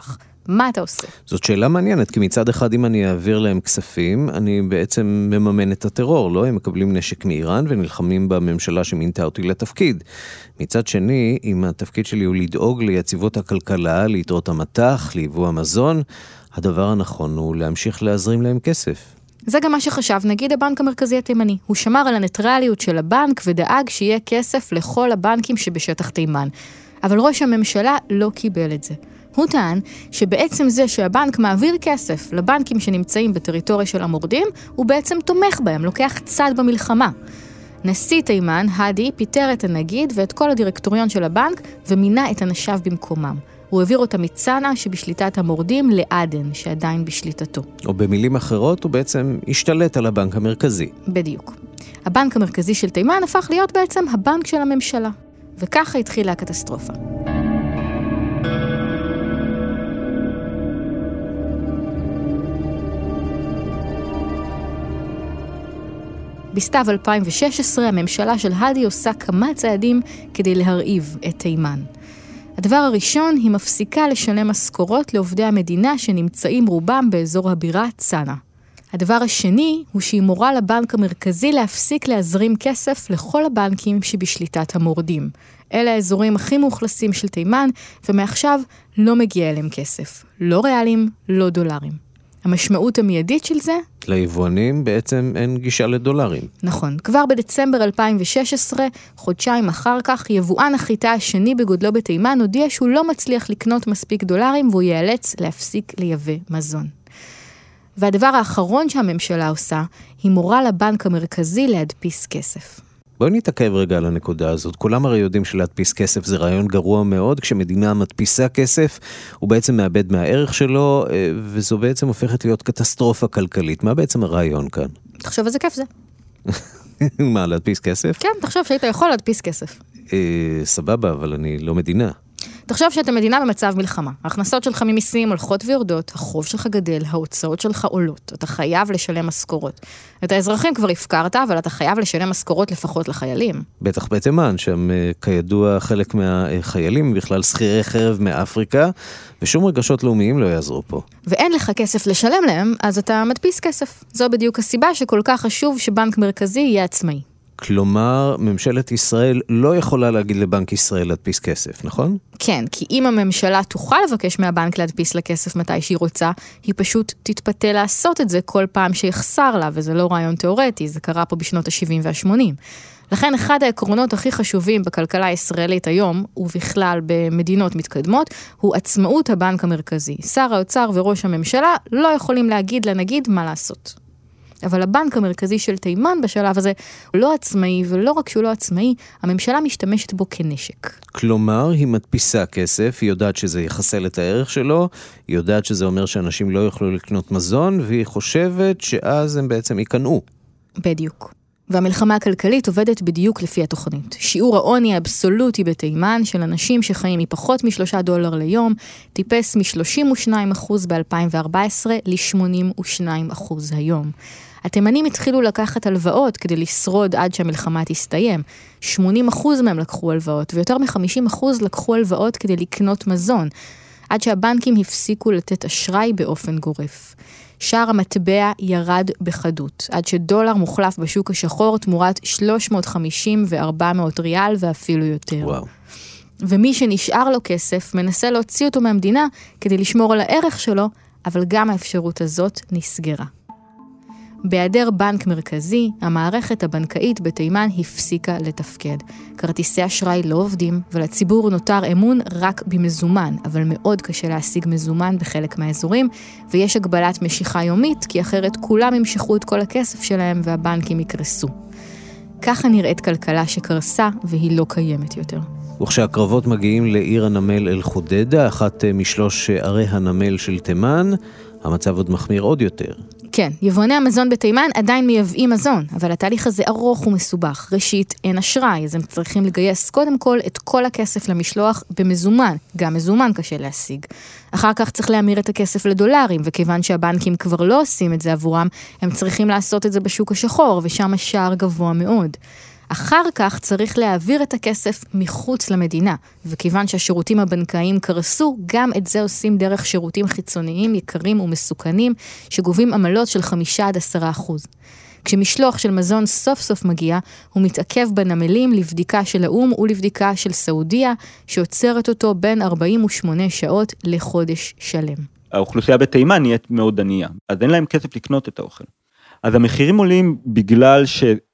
S2: מה אתה עושה?
S10: זאת שאלה מעניינת, כי מצד אחד אם אני אעביר להם כספים, אני בעצם מממן את הטרור, לא? הם מקבלים נשק מאיראן ונלחמים בממשלה שמינתה אותי לתפקיד. מצד שני, אם התפקיד שלי הוא לדאוג ליציבות הכלכלה, ליתרות המתח, ליבוא המזון, הדבר הנכון הוא להמשיך להזרים להם כסף.
S2: זה גם מה שחשב, נגיד הבנק המרכזי התימני. הוא שמר על הניטרליות של הבנק ודאג שיהיה כסף לכל הבנקים שבשטח תימן. אבל ראש הממשלה לא קיבל את זה. הוא טען שבעצם זה שהבנק מעביר כסף לבנקים שנמצאים בטריטוריה של המורדים, הוא בעצם תומך בהם, לוקח צד במלחמה. נשיא תימן, האדי, פיטר את הנגיד ואת כל הדירקטוריון של הבנק ומינה את אנשיו במקומם. הוא העביר אותה מצנע שבשליטת המורדים לעדן, שעדיין בשליטתו.
S10: או במילים אחרות, הוא בעצם השתלט על הבנק המרכזי.
S2: בדיוק. הבנק המרכזי של תימן הפך להיות בעצם הבנק של הממשלה. וככה התחילה הקטסטרופה. בסתיו אלפיים ושש עשרה הממשלה של האדי עושה כמה צעדים כדי להרעיב את תימן. הדבר הראשון, היא מפסיקה לשלם משכורות לעובדי המדינה שנמצאים רובם באזור הבירה צנע. הדבר השני הוא שהיא מורה לבנק המרכזי להפסיק להזרים כסף לכל הבנקים שבשליטת המורדים. אלה האזורים הכי מאוכלסים של תימן, ומעכשיו לא מגיע אליהם כסף. לא ריאלים, לא דולרים. המשמעות המיידית של זה?
S10: ליבואנים בעצם אין גישה לדולרים.
S2: נכון. כבר בדצמבר אלפיים ושש עשרה, חודשיים אחר כך, יבואן החיטה השני בגודלו בתימן הודיע שהוא לא מצליח לקנות מספיק דולרים, והוא ייאלץ להפסיק לייבא מזון. והדבר האחרון שהממשלה עושה, היא מורה לבנק המרכזי להדפיס כסף.
S10: בואי נתעכב רגע על הנקודה הזאת. כולם הרי יודעים שלהדפיס כסף זה רעיון גרוע מאוד, כשמדינה מדפיסה כסף, הוא בעצם מאבד מהערך שלו, וזו בעצם הופכת להיות קטסטרופה כלכלית. מה בעצם הרעיון כאן?
S2: תחשוב איזה כיף זה.
S10: מה, להדפיס כסף?
S2: כן, תחשוב שהיית יכול להדפיס כסף.
S10: אה, סבבה, אבל אני לא מדינה.
S2: תחשוב שאתה מדינה במצב מלחמה. ההכנסות שלך ממיסים הולכות ויורדות, החוב שלך גדל, ההוצאות שלך עולות. אתה חייב לשלם משכורות. את האזרחים כבר הפקרת, אבל אתה חייב לשלם משכורות לפחות לחיילים.
S10: בטח בתימן, שם כידוע חלק מהחיילים בכלל שכירי חרב מאפריקה, ושום רגשות לאומיים לא יעזרו פה.
S2: ואין לך כסף לשלם להם, אז אתה מדפיס כסף. זו בדיוק הסיבה שכל כך חשוב שבנק מרכזי יהיה עצמאי.
S10: כלומר, ממשלת ישראל לא יכולה להגיד לבנק ישראל להדפיס כסף, נכון?
S2: כן, כי אם הממשלה תוכל לבקש מהבנק להדפיס לכסף מתי שהיא רוצה, היא פשוט תתפתה לעשות את זה כל פעם שיחסר לה, וזה לא רעיון תיאורטי, זה קרה פה בשנות ה-שבעים וה-שמונים. לכן אחד העקרונות הכי חשובים בכלכלה הישראלית היום, ובכלל במדינות מתקדמות, הוא עצמאות הבנק המרכזי. שר האוצר וראש הממשלה לא יכולים להגיד לנגיד מה לעשות. אבל הבנק המרכזי של תימן בשלב הזה הוא לא עצמאי, ולא רק שהוא לא עצמאי, הממשלה משתמשת בו כנשק.
S10: כלומר, היא מדפיסה כסף, היא יודעת שזה יחסל את הערך שלו, היא יודעת שזה אומר שאנשים לא יוכלו לקנות מזון, והיא חושבת שאז הם בעצם יקנאו.
S2: בדיוק. והמלחמה הכלכלית עובדת בדיוק לפי התוכנית. שיעור העוני האבסולוטי בתימן של אנשים שחיים מפחות משלושה דולר ליום, טיפס מ-שלושים ושניים אחוז ב-אלפיים וארבע עשרה ל-שמונים ושניים אחוז היום. התימנים התחילו לקחת הלוואות כדי לשרוד עד שהמלחמה תסתיים. שמונים אחוז מהם לקחו הלוואות, ויותר מ-חמישים אחוז לקחו הלוואות כדי לקנות מזון, עד שהבנקים הפסיקו לתת אשראי באופן גורף. שער המטבע ירד בחדות, עד שדולר מוחלף בשוק השחור תמורת שלוש מאות וחמישים וארבע מאות ריאל ואפילו יותר.
S10: וואו.
S2: ומי שנשאר לו כסף מנסה להוציא אותו מהמדינה כדי לשמור על הערך שלו, אבל גם האפשרות הזאת נסגרה. בהיעדר בנק מרכזי, המערכת הבנקאית בתימן הפסיקה לתפקד. כרטיסי אשראי לא עובדים, ולציבור נותר אמון רק במזומן, אבל מאוד קשה להשיג מזומן בחלק מהאזורים, ויש הגבלת משיכה יומית, כי אחרת כולם ימשכו את כל הכסף שלהם והבנקים יקרסו. ככה נראית כלכלה שקרסה, והיא לא קיימת יותר.
S10: וכשהקרבות מגיעים לעיר הנמל אל-חודדה, אחת משלוש ערי הנמל של תימן, המצב עוד מחמיר עוד יותר.
S2: כן, יבואני המזון בתימן עדיין מייבאים מזון, אבל התהליך הזה ארוך ומסובך. ראשית, אין אשראי, אז הם צריכים לגייס קודם כל את כל הכסף למשלוח במזומן. גם מזומן קשה להשיג. אחר כך צריך להמיר את הכסף לדולרים, וכיוון שהבנקים כבר לא עושים את זה עבורם, הם צריכים לעשות את זה בשוק השחור, ושם השער גבוה מאוד. אחר כך צריך להעביר את הכסף מחוץ למדינה, וכיוון שהשירותים הבנקאיים קרסו, גם את זה עושים דרך שירותים חיצוניים יקרים ומסוכנים, שגובים עמלות של חמישה עד עשרה אחוז. כשמשלוח של מזון סוף סוף מגיע, הוא מתעכב בנמלים לבדיקה של האום ולבדיקה של סעודיה, שעוצרת אותו בין ארבעים ושמונה שעות לחודש שלם.
S6: האוכלוסייה בתימן נהיית מאוד ענייה, אז אין להם כסף לקנות את האוכל. אז המחירים עולים בגלל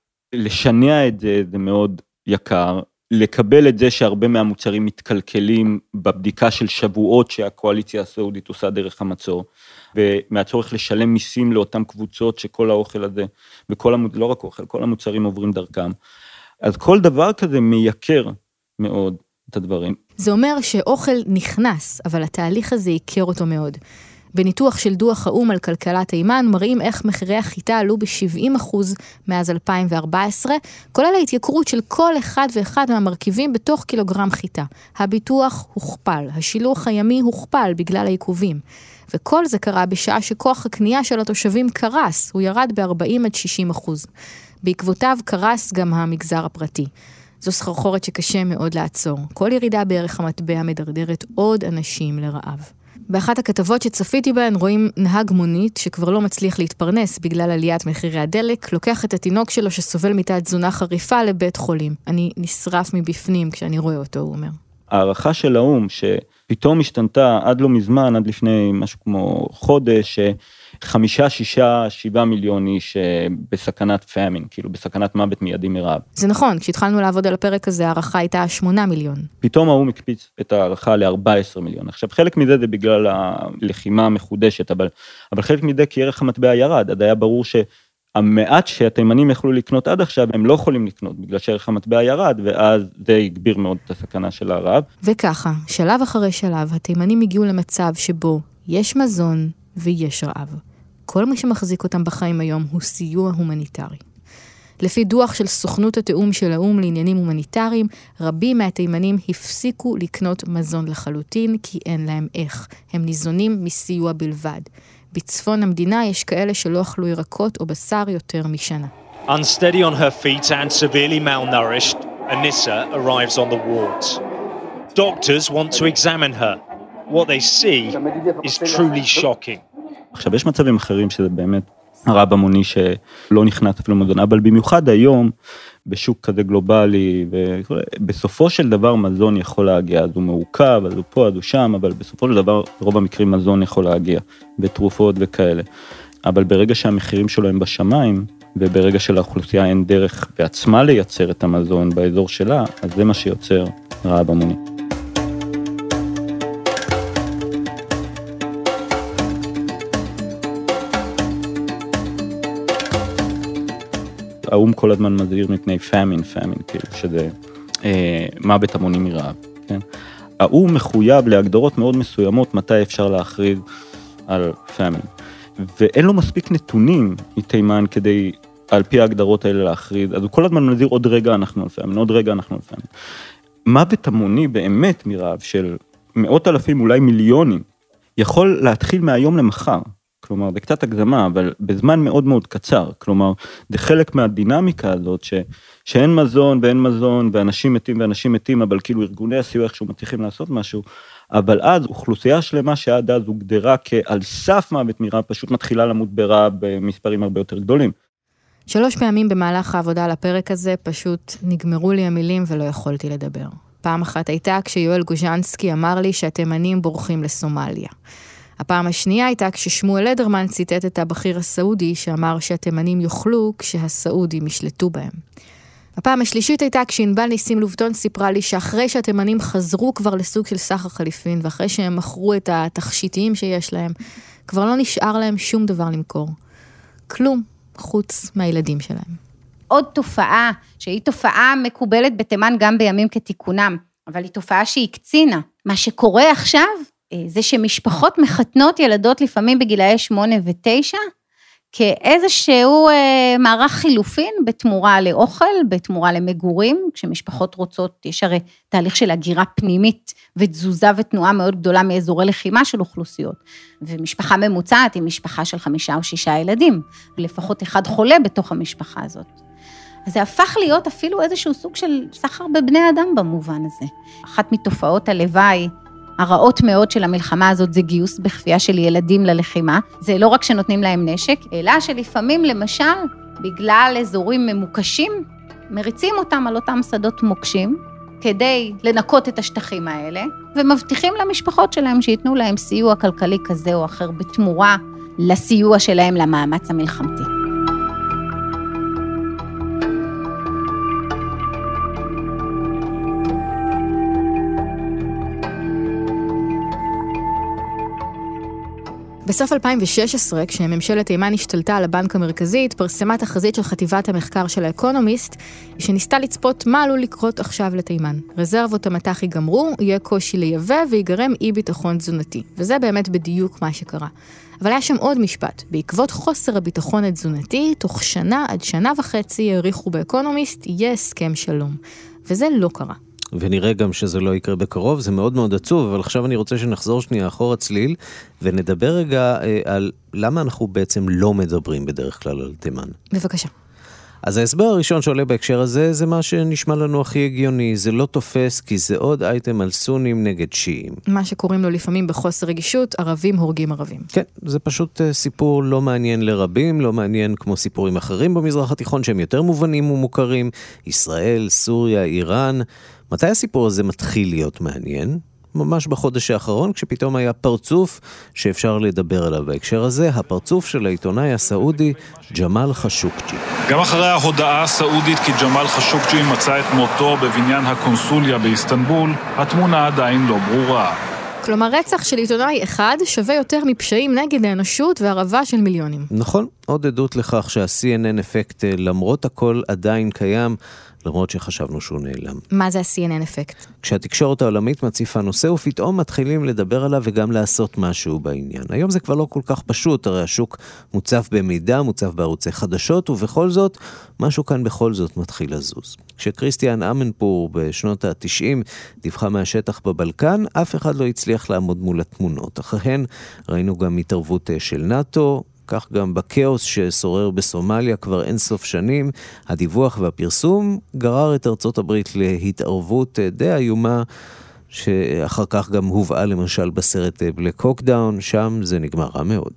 S6: שלשנע את זה זה מאוד יקר, לקבל את זה שהרבה מהמוצרים מתקלקלים בבדיקה של שבועות שהקואליציה הסעודית עושה דרך המצור, ומהצורך לשלם מיסים לאותן קבוצות שכל האוכל הזה, וכל המוצ... לא רק אוכל, כל המוצרים עוברים דרכם. אז כל דבר כזה מייקר מאוד את הדברים.
S2: זה אומר שאוכל נכנס, אבל התהליך הזה ייקר אותו מאוד. בניתוח של דוח האום על כלכלת תימן, מראים איך מחירי החיטה עלו ב-שבעים אחוז מאז אלפיים וארבע עשרה, כולל ההתייקרות של כל אחד ואחד מהמרכיבים בתוך קילוגרם חיטה. הביטוח הוכפל, השילוח הימי הוכפל בגלל העיכובים. וכל זה קרה בשעה שכוח הקנייה של התושבים קרס, הוא ירד ב-ארבעים עד שישים אחוז. בעקבותיו קרס גם המגזר הפרטי. זו סחרחורת שקשה מאוד לעצור. כל ירידה בערך המטבע מדרדרת עוד אנשים לרעב. באחת הכתבות שצפיתי בהן רואים נהג מונית שכבר לא מצליח להתפרנס בגלל עליית מחירי הדלק, לוקח את התינוק שלו שסובל מתת תזונה חריפה לבית חולים. אני נשרף מבפנים כשאני רואה אותו, הוא אומר.
S6: הערכה של האום שפתאום השתנתה עד לא מזמן, עד לפני משהו כמו חודש, חמישה, שישה, שבעה מיליון איש בסכנת פאמין, כאילו בסכנת מוות מיידי מרעב.
S2: זה נכון, כשהתחלנו לעבוד על הפרק הזה, הערכה הייתה שמונה מיליון.
S6: פתאום האום הקפיץ את הערכה ל-ארבע עשרה מיליון. עכשיו, חלק מזה זה בגלל הלחימה המחודשת, אבל, אבל חלק מזה כי ערך המטבע ירד, עד היה ברור שהמעט שהתימנים יכלו לקנות עד עכשיו, הם לא יכולים לקנות, בגלל שערך המטבע ירד, ואז זה הגביר מאוד את הסכנה של הרעב.
S2: וככה, שלב אחרי שלב, התימנים הגיעו למצב שבו יש מזון ויש רעב. כל מי שמחזיק אותם בחיים היום הוא סיוע הומניטרי. לפי דוח של סוכנות התאום של האום לעניינים הומניטריים, רבים מהתימנים הפסיקו לקנות מזון לחלוטין כי אין להם איך. הם ניזונים מסיוע בלבד. בצפון המדינה יש כאלה שלא אכלו ירקות או בשר יותר משנה.
S14: Unsteady on her feet and severely malnourished, Anissa arrives on the wards. Doctors want to examine her. What they see is truly shocking.
S6: עכשיו, יש מצבים אחרים שזה באמת הרעב המוני שלא נכנס אפילו מזון, אבל במיוחד היום, בשוק כזה גלובלי, ובסופו של דבר מזון יכול להגיע, אז הוא מעוכב, אז הוא פה, אז הוא שם, אבל בסופו של דבר, רוב המקרים מזון יכול להגיע, בתרופות וכאלה. אבל ברגע שהמחירים שלו הם בשמיים, וברגע שלאוכלוסייה אין דרך בעצמה לייצר את המזון באזור שלה, אז זה מה שיוצר רעב המוני. האום כל הזמן מזהיר מפני פאמין, פאמין, כאילו, שזה אה, מוות המוני מרעב, כן? האום מחויב להגדרות מאוד מסוימות מתי אפשר להכריז על פאמין, ואין לו מספיק נתונים מתימן כדי, על פי ההגדרות האלה להכריז, אז הוא כל הזמן מזהיר עוד רגע אנחנו על פאמין, עוד רגע אנחנו על פאמין. מוות המוני באמת מרעב של מאות אלפים, אולי מיליונים, יכול להתחיל מהיום למחר. כלומר, זה קצת הגזמה, אבל בזמן מאוד מאוד קצר. כלומר, זה חלק מהדינמיקה הזאת, ש, שאין מזון ואין מזון, ואנשים מתים ואנשים מתים, אבל כאילו ארגוני הסיוע איכשהו מצליחים לעשות משהו, אבל אז אוכלוסייה שלמה שעד אז הוגדרה כעל סף מוות מרעב, פשוט מתחילה למות ברעב במספרים הרבה יותר גדולים.
S2: שלוש פעמים במהלך העבודה על הפרק הזה, פשוט נגמרו לי המילים ולא יכולתי לדבר. פעם אחת הייתה כשיואל גוז'נסקי אמר לי שהתימנים בורחים לסומליה. הפעם השנייה הייתה כששמואל לדרמן ציטט את הבכיר הסעודי שאמר שהתימנים יאכלו כשהסעודים ישלטו בהם. הפעם השלישית הייתה כשענבל ניסים לובטון סיפרה לי שאחרי שהתימנים חזרו כבר לסוג של סחר חליפין, ואחרי שהם מכרו את התכשיטיים שיש להם, כבר לא נשאר להם שום דבר למכור. כלום, חוץ מהילדים שלהם.
S8: עוד תופעה, שהיא תופעה מקובלת בתימן גם בימים כתיקונם, אבל היא תופעה שהיא קצינה. מה שקורה עכשיו, זה שמשפחות מחתנות ילדות לפעמים בגילאי שמונה ותשע, כאיזשהו אה, מערך חילופין בתמורה לאוכל, בתמורה למגורים, כשמשפחות רוצות, יש הרי תהליך של הגירה פנימית ותזוזה ותנועה מאוד גדולה מאזורי לחימה של אוכלוסיות, ומשפחה ממוצעת היא משפחה של חמישה או שישה ילדים, לפחות אחד חולה בתוך המשפחה הזאת. אז זה הפך להיות אפילו איזשהו סוג של סחר בבני אדם במובן הזה. אחת מתופעות הלוואי הרעות מאוד של המלחמה הזאת זה גיוס בכפייה של ילדים ללחימה. זה לא רק שנותנים להם נשק, אלא שלפעמים למשל, בגלל אזורים ממוקשים, מריצים אותם על אותם שדות מוקשים, כדי לנקות את השטחים האלה, ומבטיחים למשפחות שלהם שיתנו להם סיוע כלכלי כזה או אחר בתמורה לסיוע שלהם למאמץ המלחמתי.
S2: בסוף אלפיים ושש עשרה, כשממשלת תימן השתלטה על הבנק המרכזי, התפרסמה תחזית של חטיבת המחקר של האקונומיסט, שניסתה לצפות מה עלול לקרות עכשיו לתימן. רזרבות המטח ייגמרו, יהיה קושי לייבא ויגרם אי ביטחון תזונתי. וזה באמת בדיוק מה שקרה. אבל היה שם עוד משפט. בעקבות חוסר הביטחון התזונתי, תוך שנה עד שנה וחצי העריכו באקונומיסט, יהיה הסכם שלום. וזה לא קרה.
S10: ונראה גם שזה לא יקרה בקרוב, זה מאוד מאוד עצוב, אבל עכשיו אני רוצה שנחזור שנייה אחורה צליל, ונדבר רגע אה, על למה אנחנו בעצם לא מדברים בדרך כלל על תימן.
S2: בבקשה.
S10: אז ההסבר הראשון שעולה בהקשר הזה, זה מה שנשמע לנו הכי הגיוני, זה לא תופס, כי זה עוד אייטם על סונים נגד שיעים.
S2: מה שקוראים לו לפעמים בחוסר רגישות, ערבים הורגים ערבים.
S10: כן, זה פשוט סיפור לא מעניין לרבים, לא מעניין כמו סיפורים אחרים במזרח התיכון, שהם יותר מובנים ומוכרים, ישראל, סוריה, איראן. מתי הסיפור הזה מתחיל להיות מעניין? ממש בחודש האחרון, כשפתאום היה פרצוף שאפשר לדבר עליו בהקשר הזה, הפרצוף של העיתונאי הסעודי ג'מאל חשוקג'י.
S15: גם אחרי ההודעה הסעודית כי ג'מאל חשוקג'י מצא את מותו בבניין הקונסוליה באיסטנבול, התמונה עדיין לא ברורה.
S2: כלומר, רצח של עיתונאי אחד שווה יותר מפשעים נגד האנושות והרעבה של מיליונים.
S10: נכון, עוד עדות לכך שה-סי אן אן אפקט למרות הכל עדיין קיים, למרות שחשבנו שהוא נעלם.
S2: מה זה ה-סי אן אן אפקט?
S10: כשהתקשורת העולמית מציפה נושא ופתאום מתחילים לדבר עליו וגם לעשות משהו בעניין. היום זה כבר לא כל כך פשוט, הרי השוק מוצף במידע, מוצף בערוצי חדשות, ובכל זאת, משהו כאן בכל זאת מתחיל לזוז. כשקריסטיאן אמנפור בשנות ה-תשעים דיווחה מהשטח בבלקן, אף אחד לא הצליח לעמוד מול התמונות. אחריהן ראינו גם התערבות של נאטו, כך גם בקאוס ששורר בסומליה כבר אין סוף שנים, הדיווח והפרסום גרר את ארצות הברית להתערבות די איומה, שאחר כך גם הובאה למשל בסרט בלק הוק דאון, שם זה נגמר רע מאוד.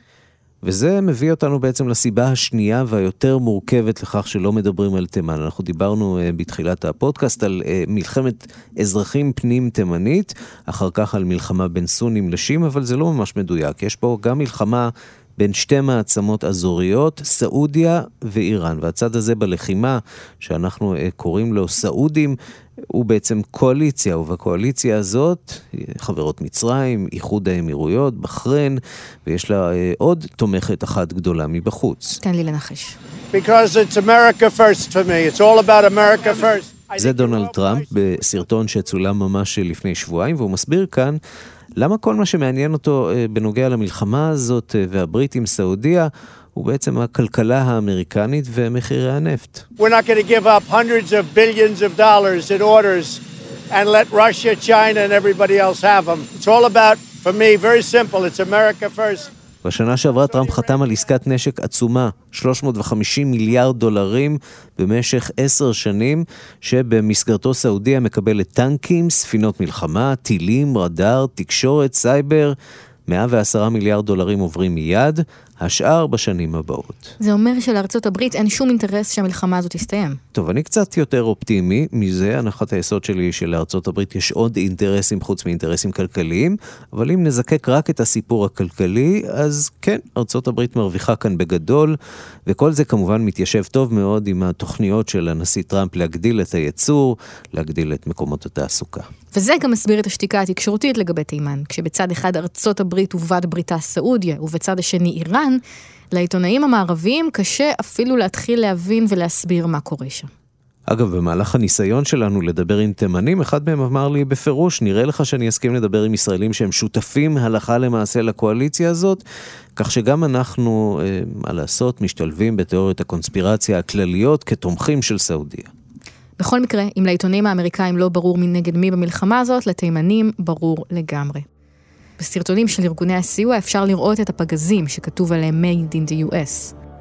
S10: וזה מביא אותנו בעצם לסיבה השנייה והיותר מורכבת לכך שלא מדברים על תימן. אנחנו דיברנו בתחילת הפודקאסט על מלחמת אזרחים פנים תימנית, אחר כך על מלחמה בין סונים לשים, אבל זה לא ממש מדויק. יש פה גם מלחמה בין שתי מעצמות אזוריות, סעודיה ואיראן. והצד הזה בלחימה, שאנחנו קוראים לו סעודים, הוא בעצם קואליציה, ובקואליציה הזאת, חברות מצרים, איחוד האמירויות, בחריין, ויש לה עוד תומכת אחת גדולה מבחוץ.
S2: תן לי לנחש.
S16: Because it's America first for me. It's all about America first.
S10: זה דונלד טראמפ בסרטון שצולם ממש לפני שבועיים, והוא מסביר כאן למה כל מה שמעניין אותו בנוגע למלחמה הזאת והברית עם סעודיה, הוא בעצם הכלכלה האמריקנית ומחירי הנפט.
S16: We're not going to give up hundreds of billions of dollars in orders and let Russia, China and everybody else have them. It's all about, for me, very simple, it's America first.
S10: בשנה שעברה טראמפ חתם על עסקת נשק עצומה, שלוש מאות וחמישים מיליארד דולרים במשך עשר שנים, שבמסגרתו סעודיה מקבלת טנקים, ספינות מלחמה, טילים, רדאר, תקשורת, סייבר, מאה ועשרה מיליארד דולרים עוברים מיד, השאר בשנים הבאות.
S2: זה אומר שלארצות הברית אין שום אינטרס שהמלחמה הזאת תסתיים.
S10: טוב, אני קצת יותר אופטימי מזה, הנחת היסוד שלי שלארצות הברית יש עוד אינטרסים חוץ מאינטרסים כלכליים, אבל אם נזקק רק את הסיפור הכלכלי, אז כן, ארצות הברית מרוויחה כאן בגדול, וכל זה כמובן מתיישב טוב מאוד עם התוכניות של הנשיא טראמפ להגדיל את הייצור, להגדיל את מקומות התעסוקה.
S2: וזה גם מסביר את השתיקה התקשורתית לגבי תימן, כשבצד אחד ארצות הברית ובת בריתה סעודיה, ובצד השני איראן, לעיתונאים המערביים קשה אפילו להתחיל להבין ולהסביר מה קורה שם.
S10: אגב, במהלך הניסיון שלנו לדבר עם תימנים, אחד מהם אמר לי בפירוש, נראה לך שאני אסכים לדבר עם ישראלים שהם שותפים הלכה למעשה לקואליציה הזאת, כך שגם אנחנו, מה לעשות, משתלבים בתיאוריות הקונספירציה הכלליות כתומכים של סעודיה.
S2: בכל מקרה, אם לעיתונים האמריקאים לא ברור מי נגד מי במלחמה הזאת, לתימנים ברור לגמרי. בסרטונים של ארגוני הסיוע אפשר לראות את הפגזים שכתוב עליהם Made in the יו אס.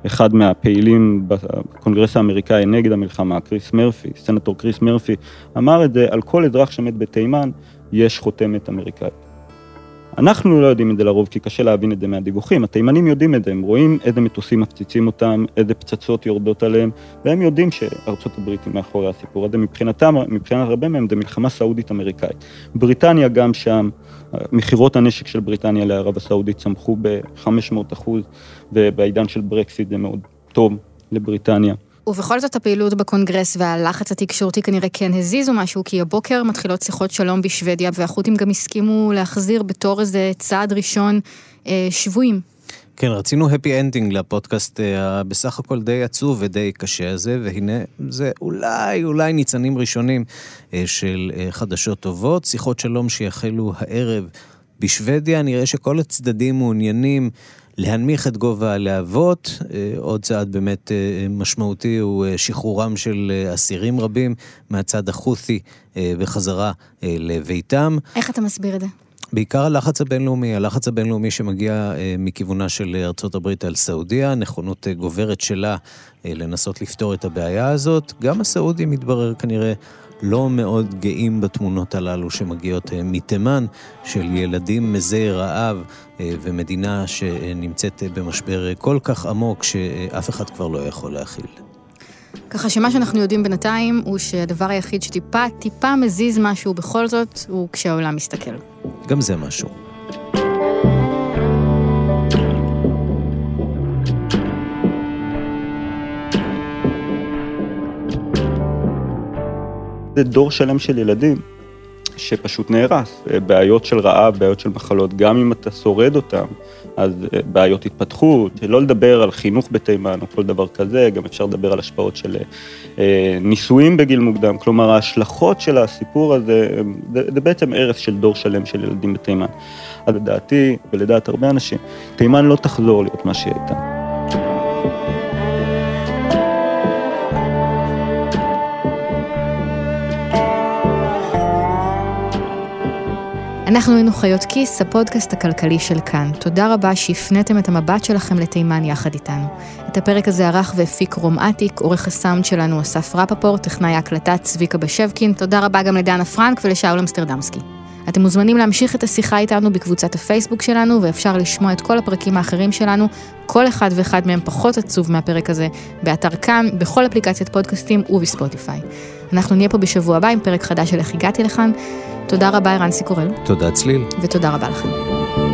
S6: אחד מהפעילים בקונגרס האמריקאי נגד המלחמה, קריס מרפי, סנטור קריס מרפי, אמר את זה, על כל אזרח שמת בתימן יש חותמת אמריקאית. אנחנו לא יודעים את זה לרוב, כי קשה להבין את זה מהדיווחים. התימנים יודעים את זה, הם רואים איזה מטוסים מפציצים אותם, איזה פצצות יורדות עליהם, והם יודעים שארצות הברית היא מאחורי הסיפור הזה. מבחינתם, מבחינת הרבה מהם, זה מלחמה סעודית-אמריקאית. בריטניה גם שם, מחירות הנשק של בריטניה לערב הסעודית צמחו ב-חמש מאות אחוז, ובעידן של ברקסיט זה מאוד טוב לבריטניה.
S2: ובכל זאת הפעילות בקונגרס והלחץ התקשורתי כנראה כן הזיזו משהו, כי הבוקר מתחילות שיחות שלום בשוודיה, והחות'ים גם הסכימו להחזיר בתור איזה צעד ראשון אה, שבויים.
S10: כן, רצינו הפי אנדינג לפודקאסט אה, בסך הכל די עצוב ודי קשה הזה, והנה זה אולי, אולי ניצנים ראשונים אה, של אה, חדשות טובות, שיחות שלום שיחלו הערב בשוודיה. נראה שכל הצדדים מעוניינים להנמיך את גובה הלהבות. עוד צעד באמת משמעותי הוא שחרורם של אסירים רבים מהצד החות'י בחזרה לביתם.
S2: איך אתה מסביר את זה?
S10: בעיקר הלחץ הבינלאומי, הלחץ הבינלאומי שמגיע מכיוונה של ארצות הברית על סעודיה, נכונות גוברת שלה לנסות לפתור את הבעיה הזאת. גם הסעודים מתברר כנראה לא מאוד גאים בתמונות הללו שמגיעות מתימן, של ילדים מזי רעב ומדינה שנמצאת במשבר כל כך עמוק שאף אחד כבר לא יכול להכיל.
S2: ככה שמה שאנחנו יודעים בינתיים הוא שהדבר היחיד שטיפה טיפה מזיז משהו בכל זאת הוא כשהעולם מסתכל.
S10: גם זה משהו.
S6: זה דור שלם של ילדים שפשוט נהרס, בעיות של רעב, בעיות של מחלות, גם אם אתה שורד אותם, אז בעיות התפתחות, לא לדבר על חינוך בתימן או כל דבר כזה, גם אפשר לדבר על השפעות של אה, ניסויים בגיל מוקדם, כלומר ההשלכות של הסיפור הזה, זה, זה בעצם ערש של דור שלם של ילדים בתימן. אז לדעתי ולדעת הרבה אנשים, תימן לא תחזור להיות מה שהיא הייתה.
S2: אנחנו היינו חיות כיס, הפודקאסט הכלכלי של כאן. תודה רבה שהפניתם את המבט שלכם לתימן יחד איתנו. את הפרק הזה ערך והפיק רום עתיק, עורך הסאונד שלנו אסף רפפורט, טכנאי ההקלטה צביקה בשבקין. תודה רבה גם לדנה פרנק ולשאול אמסטרדמסקי. אתם מוזמנים להמשיך את השיחה איתנו בקבוצת הפייסבוק שלנו, ואפשר לשמוע את כל הפרקים האחרים שלנו, כל אחד ואחד מהם פחות עצוב מהפרק הזה, באתר כאן, בכל אפליקציית פודקאסטים ובספוטיפיי. אנחנו נהיה פה בשבוע הבא עם פרק חדש של איך הגעתי לכאן. תודה רבה, רנסי קורל.
S10: תודה צליל.
S2: ותודה רבה לכם.